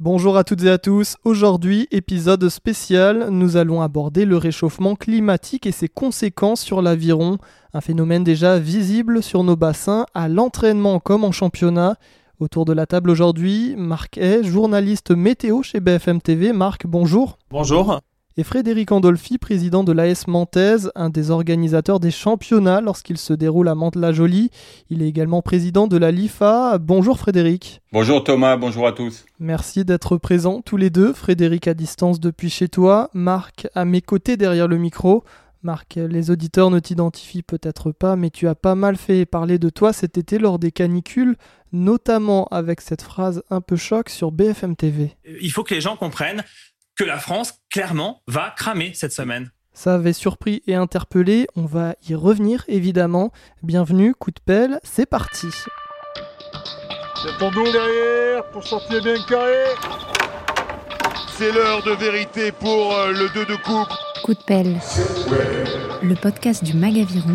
Bonjour à toutes et à tous, aujourd'hui épisode spécial, nous allons aborder le réchauffement climatique et ses conséquences sur l'aviron, un phénomène déjà visible sur nos bassins à l'entraînement comme en championnat. Autour de la table aujourd'hui, Marc Hay, journaliste météo chez BFM TV. Marc, bonjour. Bonjour. Et Frédéric Andolfi, président de l'AS Mantaise, un des organisateurs des championnats lorsqu'il se déroule à Mantes-la-Jolie. Il est également président de la LIFA. Bonjour Frédéric. Bonjour Thomas, bonjour à tous. Merci d'être présents tous les deux. Frédéric à distance depuis chez toi, Marc à mes côtés derrière le micro. Marc, les auditeurs ne t'identifient peut-être pas, mais tu as pas mal fait parler de toi cet été lors des canicules, notamment avec cette phrase un peu choc sur BFM TV. Il faut que les gens comprennent que la France, clairement, va cramer cette semaine. Ça avait surpris et interpellé, on va y revenir évidemment. Bienvenue, coup de pelle, c'est parti. C'est ton dos derrière pour sortir bien carré. C'est l'heure de vérité pour le 2 de coupe. Coup de pelle, le podcast du Magaviron.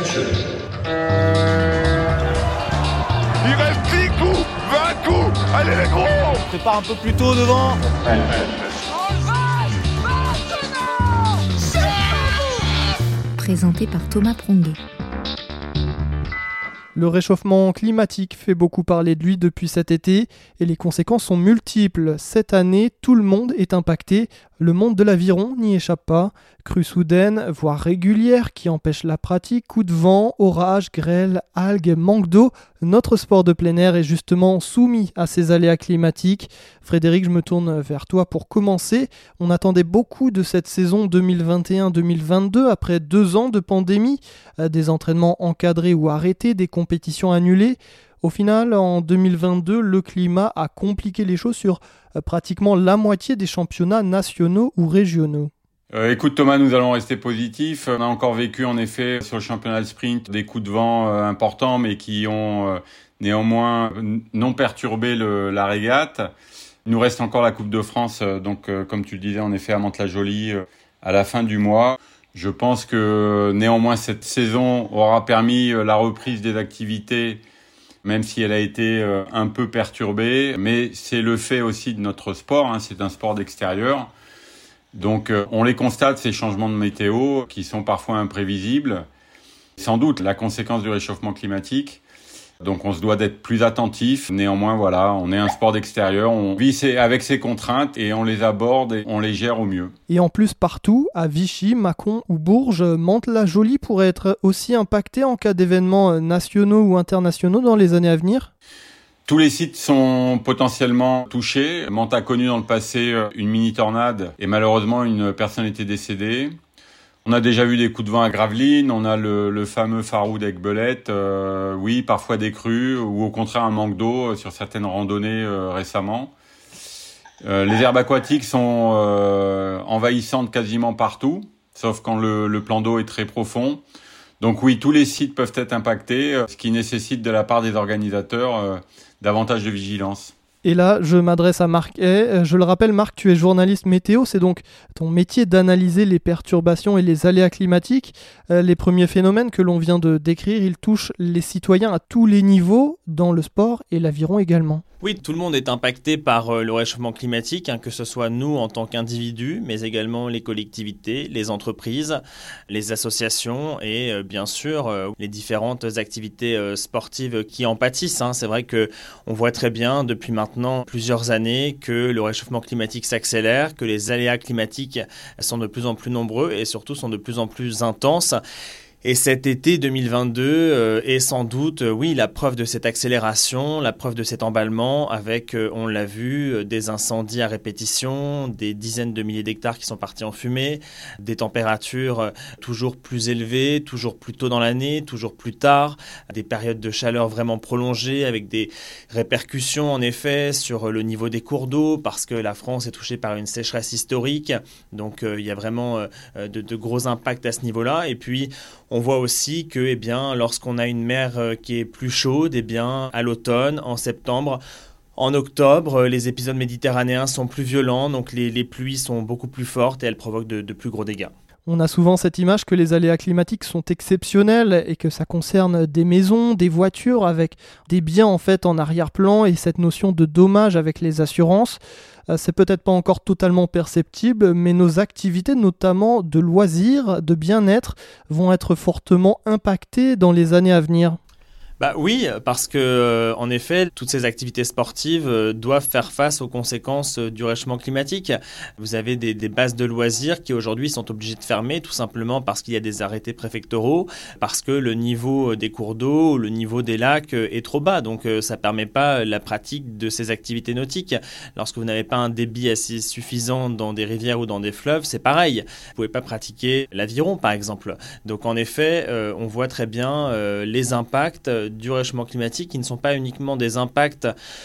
Il reste 10 coups, 20 coups. Allez les gros. Prépare un peu plus tôt devant. Présenté par Thomas Pronguet. Le réchauffement climatique fait beaucoup parler de lui depuis cet été et les conséquences sont multiples. Cette année, tout le monde est impacté. Le monde de l'aviron n'y échappe pas. Crues soudaines, voire régulières qui empêchent la pratique, coups de vent, orages, grêle, algues, manque d'eau. Notre sport de plein air est justement soumis à ces aléas climatiques. Frédéric, je me tourne vers toi pour commencer. On attendait beaucoup de cette saison 2021-2022 après 2 ans de pandémie, des entraînements encadrés ou arrêtés, des compétitions annulées. Au final, en 2022, le climat a compliqué les choses sur pratiquement la moitié des championnats nationaux ou régionaux. Écoute Thomas, nous allons rester positifs. On a encore vécu en effet sur le championnat de sprint des coups de vent importants mais qui ont néanmoins non perturbé la régate. Il nous reste encore la Coupe de France, comme tu le disais en effet à Mantes-la-Jolie à la fin du mois. Je pense que néanmoins cette saison aura permis la reprise des activités, même si elle a été un peu perturbée. Mais c'est le fait aussi de notre sport, c'est un sport d'extérieur. Donc on les constate, ces changements de météo qui sont parfois imprévisibles. Sans doute la conséquence du réchauffement climatique. Donc on se doit d'être plus attentif. Néanmoins, voilà, on est un sport d'extérieur. On vit avec ses contraintes et on les aborde et on les gère au mieux. Et en plus, partout, à Vichy, Mâcon ou Bourges, Mantes-la-Jolie pourrait être aussi impacté en cas d'événements nationaux ou internationaux dans les années à venir ? Tous les sites sont potentiellement touchés. Mantes a connu dans le passé une mini-tornade et malheureusement une personne était décédée. On a déjà vu des coups de vent à Gravelines, on a le fameux Faroud avec Belette, oui, parfois des crues ou au contraire un manque d'eau sur certaines randonnées récemment. Les herbes aquatiques sont envahissantes quasiment partout, sauf quand le plan d'eau est très profond. Donc oui, tous les sites peuvent être impactés, ce qui nécessite de la part des organisateurs davantage de vigilance. Et là, je m'adresse à Marc Hay. Je le rappelle, Marc, tu es journaliste météo, c'est donc ton métier d'analyser les perturbations et les aléas climatiques. Les premiers phénomènes que l'on vient de décrire, ils touchent les citoyens à tous les niveaux, dans le sport et l'aviron également. Oui, tout le monde est impacté par le réchauffement climatique, que ce soit nous en tant qu'individus, mais également les collectivités, les entreprises, les associations et bien sûr les différentes activités sportives qui en pâtissent. C'est vrai qu'on voit très bien depuis maintenant plusieurs années que le réchauffement climatique s'accélère, que les aléas climatiques sont de plus en plus nombreux et surtout sont de plus en plus intenses. Et cet été 2022 est sans doute, oui, la preuve de cette accélération, la preuve de cet emballement avec, on l'a vu, des incendies à répétition, des dizaines de milliers d'hectares qui sont partis en fumée, des températures toujours plus élevées, toujours plus tôt dans l'année, toujours plus tard, des périodes de chaleur vraiment prolongées avec des répercussions en effet sur le niveau des cours d'eau parce que la France est touchée par une sécheresse historique. Donc il y a vraiment de gros impacts à ce niveau-là. Et puis on voit aussi que lorsqu'on a une mer qui est plus chaude, à l'automne, en septembre, en octobre, les épisodes méditerranéens sont plus violents, donc les pluies sont beaucoup plus fortes et elles provoquent de plus gros dégâts. On a souvent cette image que les aléas climatiques sont exceptionnels et que ça concerne des maisons, des voitures avec des biens en fait en arrière-plan et cette notion de dommage avec les assurances. C'est peut-être pas encore totalement perceptible, mais nos activités, notamment de loisirs, de bien-être, vont être fortement impactées dans les années à venir. Bah oui, parce que en effet, toutes ces activités sportives doivent faire face aux conséquences du réchauffement climatique. Vous avez des bases de loisirs qui aujourd'hui sont obligées de fermer, tout simplement parce qu'il y a des arrêtés préfectoraux, parce que le niveau des cours d'eau, le niveau des lacs est trop bas. Donc ça permet pas la pratique de ces activités nautiques. Lorsque vous n'avez pas un débit assez suffisant dans des rivières ou dans des fleuves, c'est pareil. Vous pouvez pas pratiquer l'aviron, par exemple. Donc en effet, on voit très bien les impacts du réchauffement climatique qui ne sont pas uniquement des impacts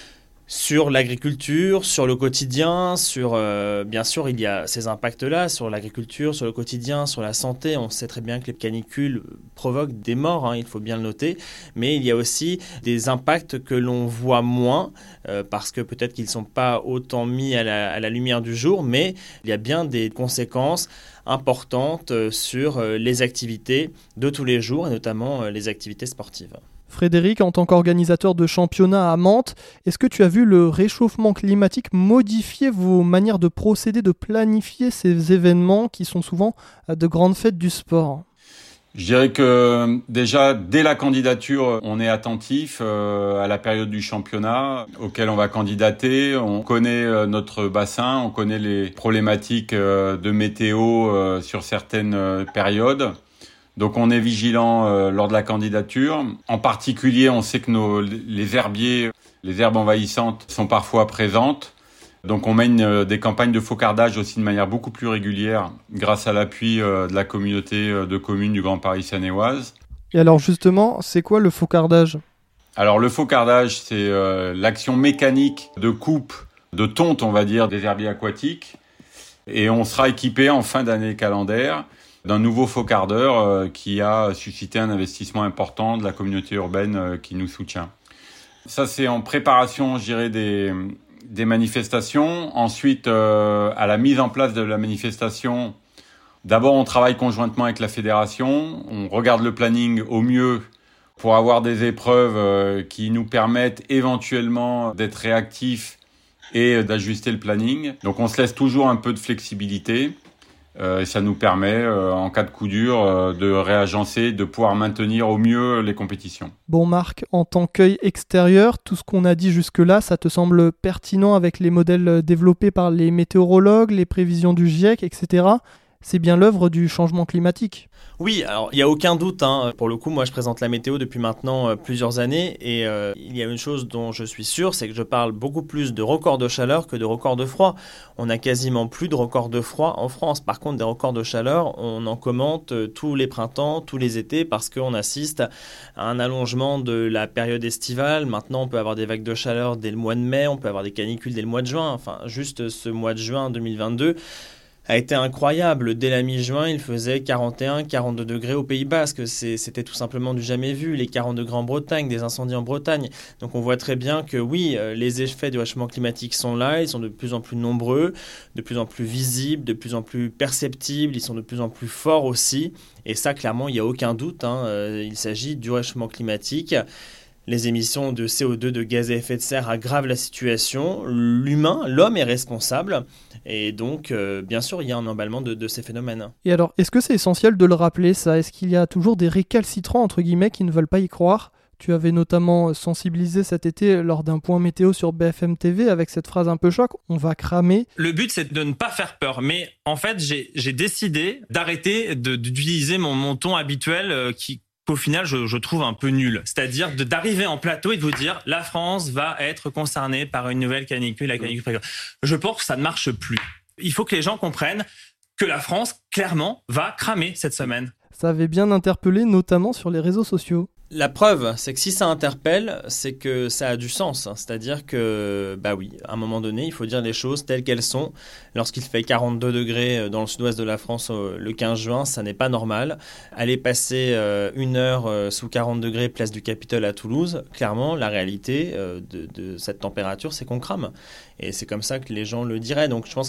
sur l'agriculture, sur le quotidien, bien sûr il y a ces impacts-là sur l'agriculture, sur le quotidien, sur la santé. On sait très bien que les canicules provoquent des morts, il faut bien le noter, mais il y a aussi des impacts que l'on voit moins parce que peut-être qu'ils ne sont pas autant mis à la lumière du jour, mais il y a bien des conséquences importantes sur les activités de tous les jours et notamment les activités sportives. Frédéric, en tant qu'organisateur de championnat à Mantes, est-ce que tu as vu le réchauffement climatique modifier vos manières de procéder, de planifier ces événements qui sont souvent de grandes fêtes du sport ? Je dirais que déjà, dès la candidature, on est attentif à la période du championnat auquel on va candidater. On connaît notre bassin, on connaît les problématiques de météo sur certaines périodes. Donc on est vigilant lors de la candidature. En particulier, on sait que les herbiers, les herbes envahissantes sont parfois présentes. Donc on mène des campagnes de faucardage aussi de manière beaucoup plus régulière grâce à l'appui de la communauté de communes du Grand Paris Seine-et-Oise. Et alors justement, c'est quoi le faucardage ? Alors le faucardage, c'est l'action mécanique de coupe, de tonte on va dire, des herbiers aquatiques. Et on sera équipé en fin d'année calendaire d'un nouveau faucardeur qui a suscité un investissement important de la communauté urbaine qui nous soutient. Ça, c'est en préparation, je dirais, des manifestations. Ensuite, à la mise en place de la manifestation, d'abord, on travaille conjointement avec la fédération. On regarde le planning au mieux pour avoir des épreuves qui nous permettent éventuellement d'être réactifs et d'ajuster le planning. Donc, on se laisse toujours un peu de flexibilité. Et ça nous permet, en cas de coup dur, de réagencer, de pouvoir maintenir au mieux les compétitions. Bon Marc, en tant qu'œil extérieur, tout ce qu'on a dit jusque-là, ça te semble pertinent avec les modèles développés par les météorologues, les prévisions du GIEC, etc. C'est bien l'œuvre du changement climatique. Oui, alors il n'y a aucun doute. Pour le coup, moi je présente la météo depuis maintenant plusieurs années et il y a une chose dont je suis sûr, c'est que je parle beaucoup plus de records de chaleur que de records de froid. On n'a quasiment plus de records de froid en France. Par contre, des records de chaleur, on en commente tous les printemps, tous les étés parce qu'on assiste à un allongement de la période estivale. Maintenant, on peut avoir des vagues de chaleur dès le mois de mai, on peut avoir des canicules dès le mois de juin. Enfin, juste ce mois de juin 2022 a été incroyable. Dès la mi-juin, il faisait 41, 42 degrés au Pays Basque. C'était tout simplement du jamais vu. Les 40 degrés en Bretagne, des incendies en Bretagne. Donc on voit très bien que oui, les effets du réchauffement climatique sont là. Ils sont de plus en plus nombreux, de plus en plus visibles, de plus en plus perceptibles. Ils sont de plus en plus forts aussi. Et ça, clairement, il n'y a aucun doute. Il s'agit du réchauffement climatique. Les émissions de CO2, de gaz à effet de serre aggravent la situation. L'homme est responsable. Et donc, bien sûr, il y a un emballement de ces phénomènes. Et alors, est-ce que c'est essentiel de le rappeler, ça ? Est-ce qu'il y a toujours des récalcitrants, entre guillemets, qui ne veulent pas y croire ? Tu avais notamment sensibilisé cet été lors d'un point météo sur BFM TV avec cette phrase un peu choc, on va cramer. Le but, c'est de ne pas faire peur. Mais en fait, j'ai décidé d'arrêter d'utiliser mon ton habituel qu'au final, je trouve un peu nul. C'est-à-dire d'arriver en plateau et de vous dire « La France va être concernée par une nouvelle canicule, la canicule précoce ». Je pense que ça ne marche plus. Il faut que les gens comprennent que la France, clairement, va cramer cette semaine. Ça avait bien interpellé, notamment sur les réseaux sociaux. La preuve, c'est que si ça interpelle, c'est que ça a du sens. C'est-à-dire que, oui, à un moment donné, il faut dire les choses telles qu'elles sont. Lorsqu'il fait 42 degrés dans le sud-ouest de la France le 15 juin, ça n'est pas normal. Aller passer une heure sous 40 degrés place du Capitole à Toulouse, clairement, la réalité de cette température, c'est qu'on crame. Et c'est comme ça que les gens le diraient. Donc je pense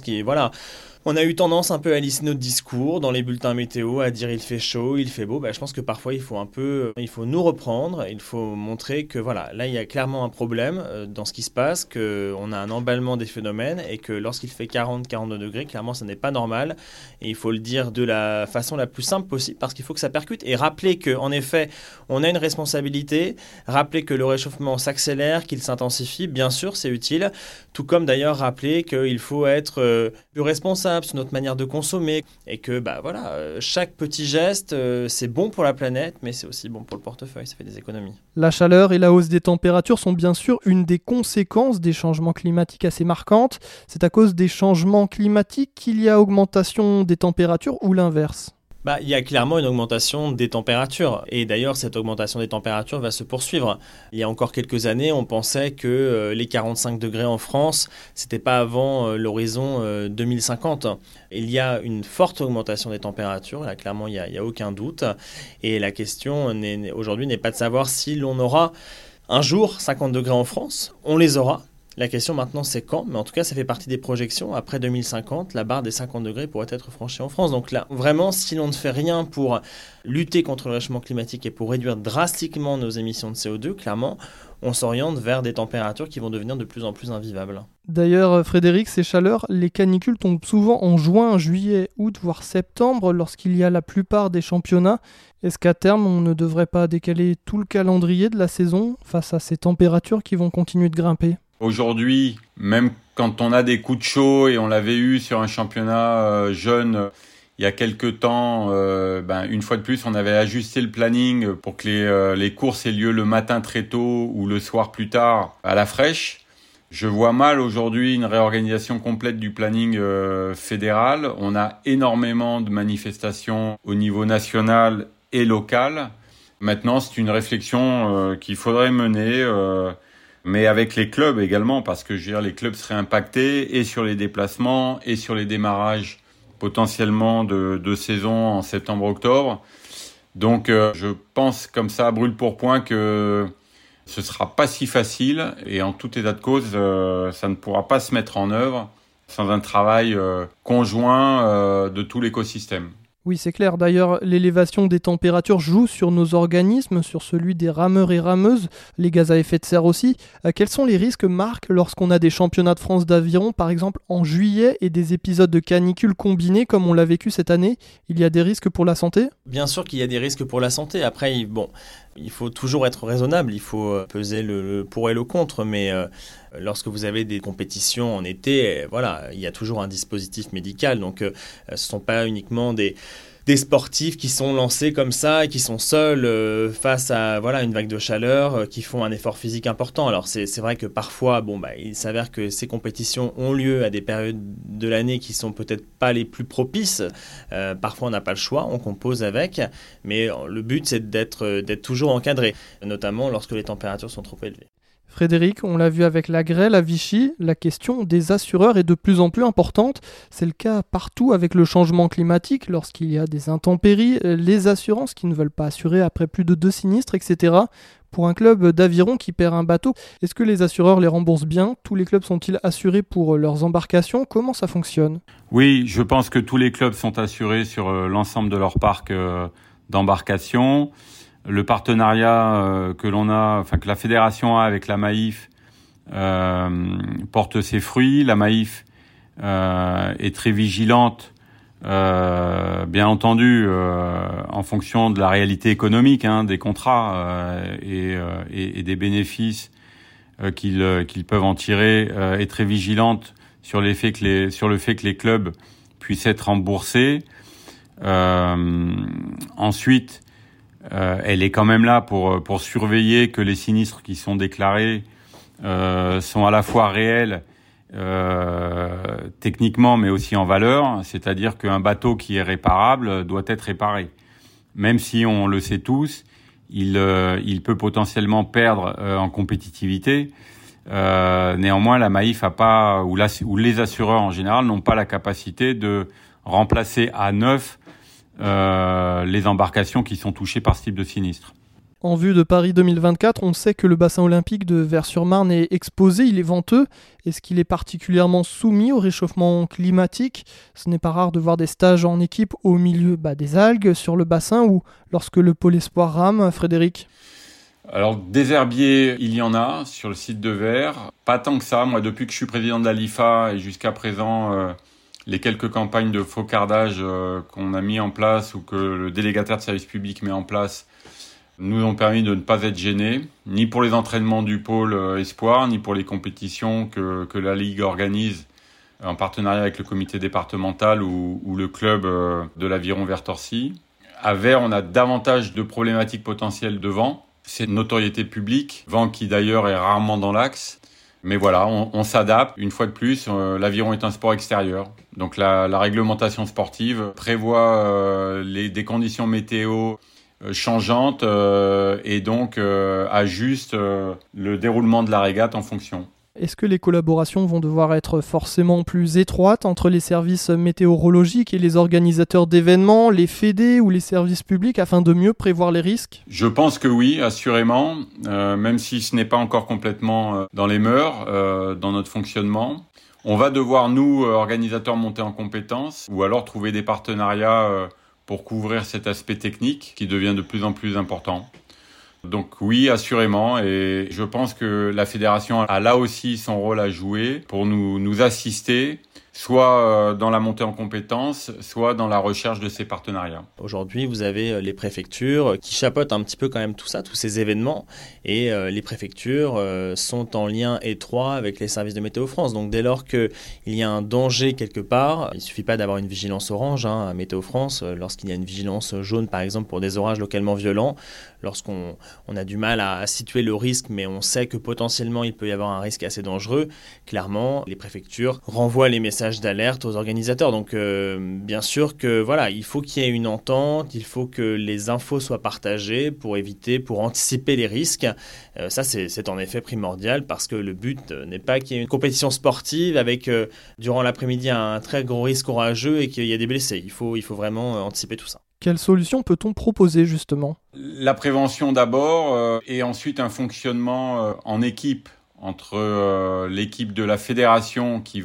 on a eu tendance un peu à lisser notre discours dans les bulletins météo, à dire il fait chaud, il fait beau. Je pense que parfois il faut nous reprendre, il faut montrer que là il y a clairement un problème dans ce qui se passe, qu'on a un emballement des phénomènes et que lorsqu'il fait 40-42 degrés, clairement ça n'est pas normal. Et il faut le dire de la façon la plus simple possible parce qu'il faut que ça percute et rappeler qu'en effet on a une responsabilité, rappeler que le réchauffement s'accélère, qu'il s'intensifie, bien sûr c'est utile, tout comme d'ailleurs rappeler qu'il faut être plus responsable sur notre manière de consommer et que chaque petit geste c'est bon pour la planète mais c'est aussi bon pour le portefeuille, ça fait des économies. La chaleur et la hausse des températures sont bien sûr une des conséquences des changements climatiques assez marquantes. C'est à cause des changements climatiques qu'il y a augmentation des températures ou l'inverse? Il y a clairement une augmentation des températures. Et d'ailleurs, cette augmentation des températures va se poursuivre. Il y a encore quelques années, on pensait que les 45 degrés en France, c'était pas avant l'horizon 2050. Il y a une forte augmentation des températures. Là, clairement, il y a aucun doute. Et la question aujourd'hui n'est pas de savoir si l'on aura un jour 50 degrés en France. On les aura. La question maintenant c'est quand, mais en tout cas ça fait partie des projections. Après 2050, la barre des 50 degrés pourrait être franchie en France. Donc là, vraiment, si l'on ne fait rien pour lutter contre le réchauffement climatique et pour réduire drastiquement nos émissions de CO2, clairement, on s'oriente vers des températures qui vont devenir de plus en plus invivables. D'ailleurs, Frédéric, ces chaleurs, les canicules tombent souvent en juin, juillet, août, voire septembre, lorsqu'il y a la plupart des championnats. Est-ce qu'à terme, on ne devrait pas décaler tout le calendrier de la saison face à ces températures qui vont continuer de grimper ? Aujourd'hui, même quand on a des coups de chaud, et on l'avait eu sur un championnat jeune il y a quelques temps, une fois de plus, on avait ajusté le planning pour que les courses aient lieu le matin très tôt ou le soir plus tard à la fraîche. Je vois mal aujourd'hui une réorganisation complète du planning fédéral. On a énormément de manifestations au niveau national et local. Maintenant, c'est une réflexion qu'il faudrait mener mais avec les clubs également, parce que les clubs seraient impactés et sur les déplacements et sur les démarrages potentiellement de saison en septembre-octobre. Donc je pense comme ça, brûle pour point, que ce sera pas si facile et en tout état de cause, ça ne pourra pas se mettre en œuvre sans un travail conjoint de tout l'écosystème. Oui, c'est clair. D'ailleurs, l'élévation des températures joue sur nos organismes, sur celui des rameurs et rameuses, les gaz à effet de serre aussi. Quels sont les risques, Marc, lorsqu'on a des championnats de France d'aviron, par exemple en juillet, et des épisodes de canicule combinés comme on l'a vécu cette année? Il y a des risques pour la santé? Bien sûr qu'il y a des risques pour la santé. Après, il faut toujours être raisonnable, il faut peser le pour et le contre, mais lorsque vous avez des compétitions en été, il y a toujours un dispositif médical, donc ce ne sont pas uniquement des sportifs qui sont lancés comme ça et qui sont seuls face à une vague de chaleur, qui font un effort physique important. Alors c'est vrai que parfois il s'avère que ces compétitions ont lieu à des périodes de l'année qui sont peut-être pas les plus propices. Parfois on n'a pas le choix, on compose avec, mais le but c'est d'être toujours encadré, notamment lorsque les températures sont trop élevées. Frédéric, on l'a vu avec la grêle à Vichy, la question des assureurs est de plus en plus importante. C'est le cas partout avec le changement climatique, lorsqu'il y a des intempéries, les assurances qui ne veulent pas assurer après plus de 2 sinistres, etc. Pour un club d'aviron qui perd un bateau, est-ce que les assureurs les remboursent bien? Tous les clubs sont-ils assurés pour leurs embarcations? Comment ça fonctionne? Oui, je pense que tous les clubs sont assurés sur l'ensemble de leur parc d'embarcations. Le partenariat que la fédération a avec la Maïf porte ses fruits. La Maïf est très vigilante, bien entendu, en fonction de la réalité économique des contrats et des bénéfices qu'ils peuvent en tirer, est très vigilante sur le fait que les clubs puissent être remboursés. Ensuite, elle est quand même là pour surveiller que les sinistres qui sont déclarés sont à la fois réels techniquement mais aussi en valeur, c'est-à-dire qu'un bateau qui est réparable doit être réparé. Même si on le sait tous, il peut potentiellement perdre en compétitivité. Néanmoins, la Maïf a pas, ou les assureurs en général n'ont pas la capacité de remplacer à neuf les embarcations qui sont touchées par ce type de sinistre. En vue de Paris 2024, on sait que le bassin olympique de Vers-sur-Marne est exposé, il est venteux. Est-ce qu'il est particulièrement soumis au réchauffement climatique ? Ce n'est pas rare de voir des stages en équipe au milieu des algues sur le bassin ou lorsque le pôle espoir rame, Frédéric. Alors, des herbiers, il y en a sur le site de Vers. Pas tant que ça. Moi, depuis que je suis président de la LIFA et jusqu'à présent, les quelques campagnes de faucardage qu'on a mis en place ou que le délégataire de service public met en place nous ont permis de ne pas être gênés, ni pour les entraînements du pôle espoir, ni pour les compétitions que la Ligue organise en partenariat avec le comité départemental ou le club de l'Aviron Vers-Torcy. À Vers, on a davantage de problématiques potentielles de vent. C'est de notoriété publique, vent qui d'ailleurs est rarement dans l'axe. Mais voilà, on s'adapte. Une fois de plus, l'aviron est un sport extérieur. Donc la réglementation sportive prévoit des conditions météo changeantes et donc ajuste le déroulement de la régate en fonction. Est-ce que les collaborations vont devoir être forcément plus étroites entre les services météorologiques et les organisateurs d'événements, les fédés ou les services publics afin de mieux prévoir les risques ? Je pense que oui, assurément, même si ce n'est pas encore complètement dans les mœurs, dans notre fonctionnement. On va devoir, nous, organisateurs, monter en compétences ou alors trouver des partenariats pour couvrir cet aspect technique qui devient de plus en plus important. Donc oui, assurément, et je pense que la fédération a là aussi son rôle à jouer pour nous assister, soit dans la montée en compétences, soit dans la recherche de ces partenariats. Aujourd'hui, vous avez les préfectures qui chapeautent un petit peu quand même tout ça, tous ces événements, et les préfectures sont en lien étroit avec les services de Météo France. Donc dès lors qu'il y a un danger quelque part, il ne suffit pas d'avoir une vigilance orange à Météo France. Lorsqu'il y a une vigilance jaune, par exemple, pour des orages localement violents, lorsqu'on a du mal à situer le risque, mais on sait que potentiellement il peut y avoir un risque assez dangereux, clairement, les préfectures renvoient les messages d'alerte aux organisateurs. Donc bien sûr que voilà, il faut qu'il y ait une entente, il faut que les infos soient partagées pour anticiper les risques. Ça c'est en effet primordial parce que le but n'est pas qu'il y ait une compétition sportive avec durant l'après-midi un très gros risque orageux et qu'il y ait des blessés. Il faut vraiment anticiper tout ça. Quelle solution peut-on proposer justement ? La prévention d'abord et ensuite un fonctionnement en équipe entre l'équipe de la fédération qui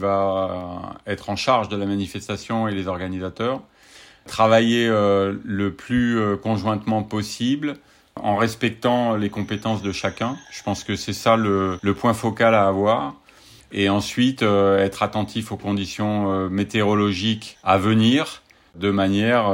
va être en charge de la manifestation et les organisateurs. Travailler le plus conjointement possible en respectant les compétences de chacun. Je pense que c'est ça le point focal à avoir. Et ensuite être attentif aux conditions météorologiques à venir de manière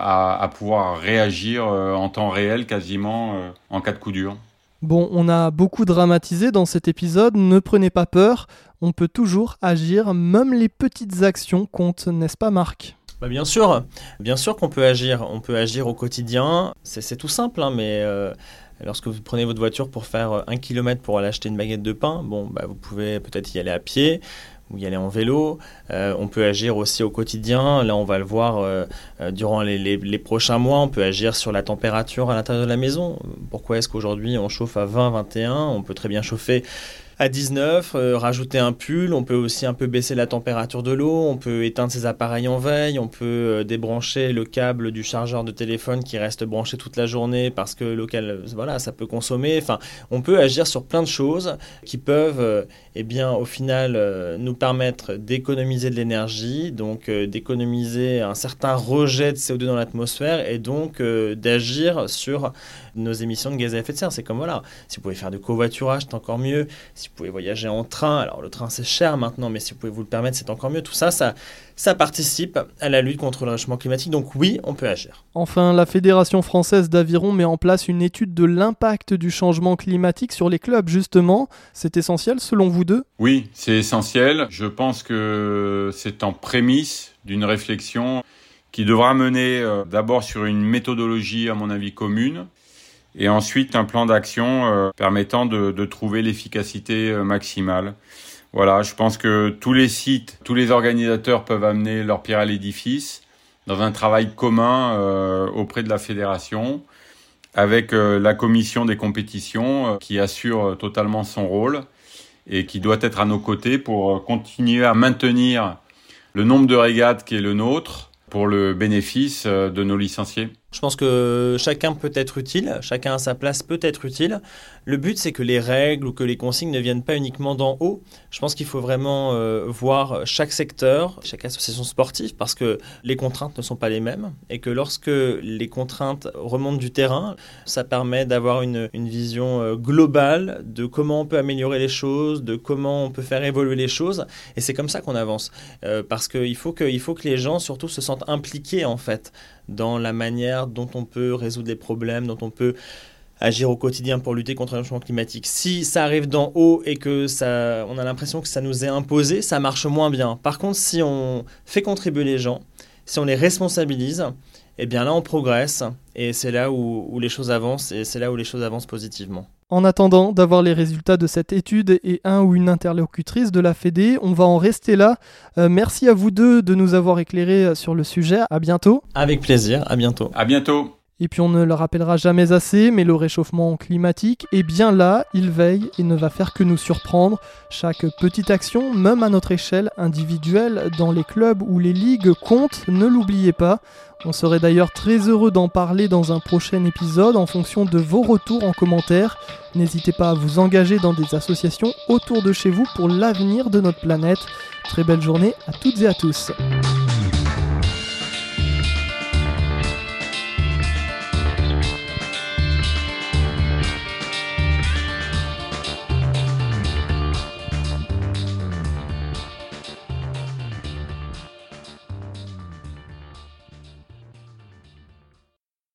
à pouvoir réagir en temps réel quasiment en cas de coup dur. Bon, on a beaucoup dramatisé dans cet épisode, ne prenez pas peur, on peut toujours agir, même les petites actions comptent, n'est-ce pas Marc ? Bien sûr qu'on peut agir au quotidien, c'est tout simple, mais lorsque vous prenez votre voiture pour faire 1 km pour aller acheter une baguette de pain, vous pouvez peut-être y aller à pied, ou y aller en vélo. On peut agir aussi au quotidien. Là, on va le voir durant les prochains mois. On peut agir sur la température à l'intérieur de la maison. Pourquoi est-ce qu'aujourd'hui, on chauffe à 20, 21 ? On peut très bien chauffer à 19, rajouter un pull. On peut aussi un peu baisser la température de l'eau. On peut éteindre ses appareils en veille. On peut débrancher le câble du chargeur de téléphone qui reste branché toute la journée parce que ça peut consommer. Enfin, on peut agir sur plein de choses qui peuvent, au final, nous permettre d'économiser de l'énergie, donc d'économiser un certain rejet de CO2 dans l'atmosphère et donc d'agir sur nos émissions de gaz à effet de serre. C'est comme si vous pouvez faire du covoiturage, c'est encore mieux. Si vous pouvez voyager en train, alors le train c'est cher maintenant, mais si vous pouvez vous le permettre, c'est encore mieux. Tout ça, ça participe à la lutte contre le réchauffement climatique. Donc oui, on peut agir. Enfin, la Fédération française d'aviron met en place une étude de l'impact du changement climatique sur les clubs, justement. C'est essentiel selon vous deux ? Oui, c'est essentiel. Je pense que c'est en prémisse d'une réflexion qui devra mener d'abord sur une méthodologie, à mon avis, commune, et ensuite un plan d'action permettant de trouver l'efficacité maximale. Voilà, je pense que tous les sites, tous les organisateurs peuvent amener leur pierre à l'édifice dans un travail commun auprès de la fédération, avec la commission des compétitions qui assure totalement son rôle et qui doit être à nos côtés pour continuer à maintenir le nombre de régates qui est le nôtre pour le bénéfice de nos licenciés. Je pense que chacun peut être utile, chacun à sa place peut être utile. Le but, c'est que les règles ou que les consignes ne viennent pas uniquement d'en haut. Je pense qu'il faut vraiment voir chaque secteur, chaque association sportive, parce que les contraintes ne sont pas les mêmes et que lorsque les contraintes remontent du terrain, ça permet d'avoir une vision globale de comment on peut améliorer les choses, de comment on peut faire évoluer les choses. Et c'est comme ça qu'on avance. Parce qu'il faut que les gens surtout se sentent impliqués en fait dans la manière dont on peut résoudre les problèmes, dont on peut agir au quotidien pour lutter contre le changement climatique. Si ça arrive d'en haut et que on a l'impression que ça nous est imposé, ça marche moins bien. Par contre, si on fait contribuer les gens, si on les responsabilise, eh bien là on progresse et c'est là où les choses avancent et c'est là où les choses avancent positivement. En attendant d'avoir les résultats de cette étude et un ou une interlocutrice de la Fédé, on va en rester là. Merci à vous deux de nous avoir éclairés sur le sujet. À bientôt. Avec plaisir, à bientôt. À bientôt. Et puis on ne le rappellera jamais assez, mais le réchauffement climatique est bien là, il veille et ne va faire que nous surprendre. Chaque petite action, même à notre échelle individuelle, dans les clubs ou les ligues compte, ne l'oubliez pas. On serait d'ailleurs très heureux d'en parler dans un prochain épisode en fonction de vos retours en commentaire. N'hésitez pas à vous engager dans des associations autour de chez vous pour l'avenir de notre planète. Très belle journée à toutes et à tous.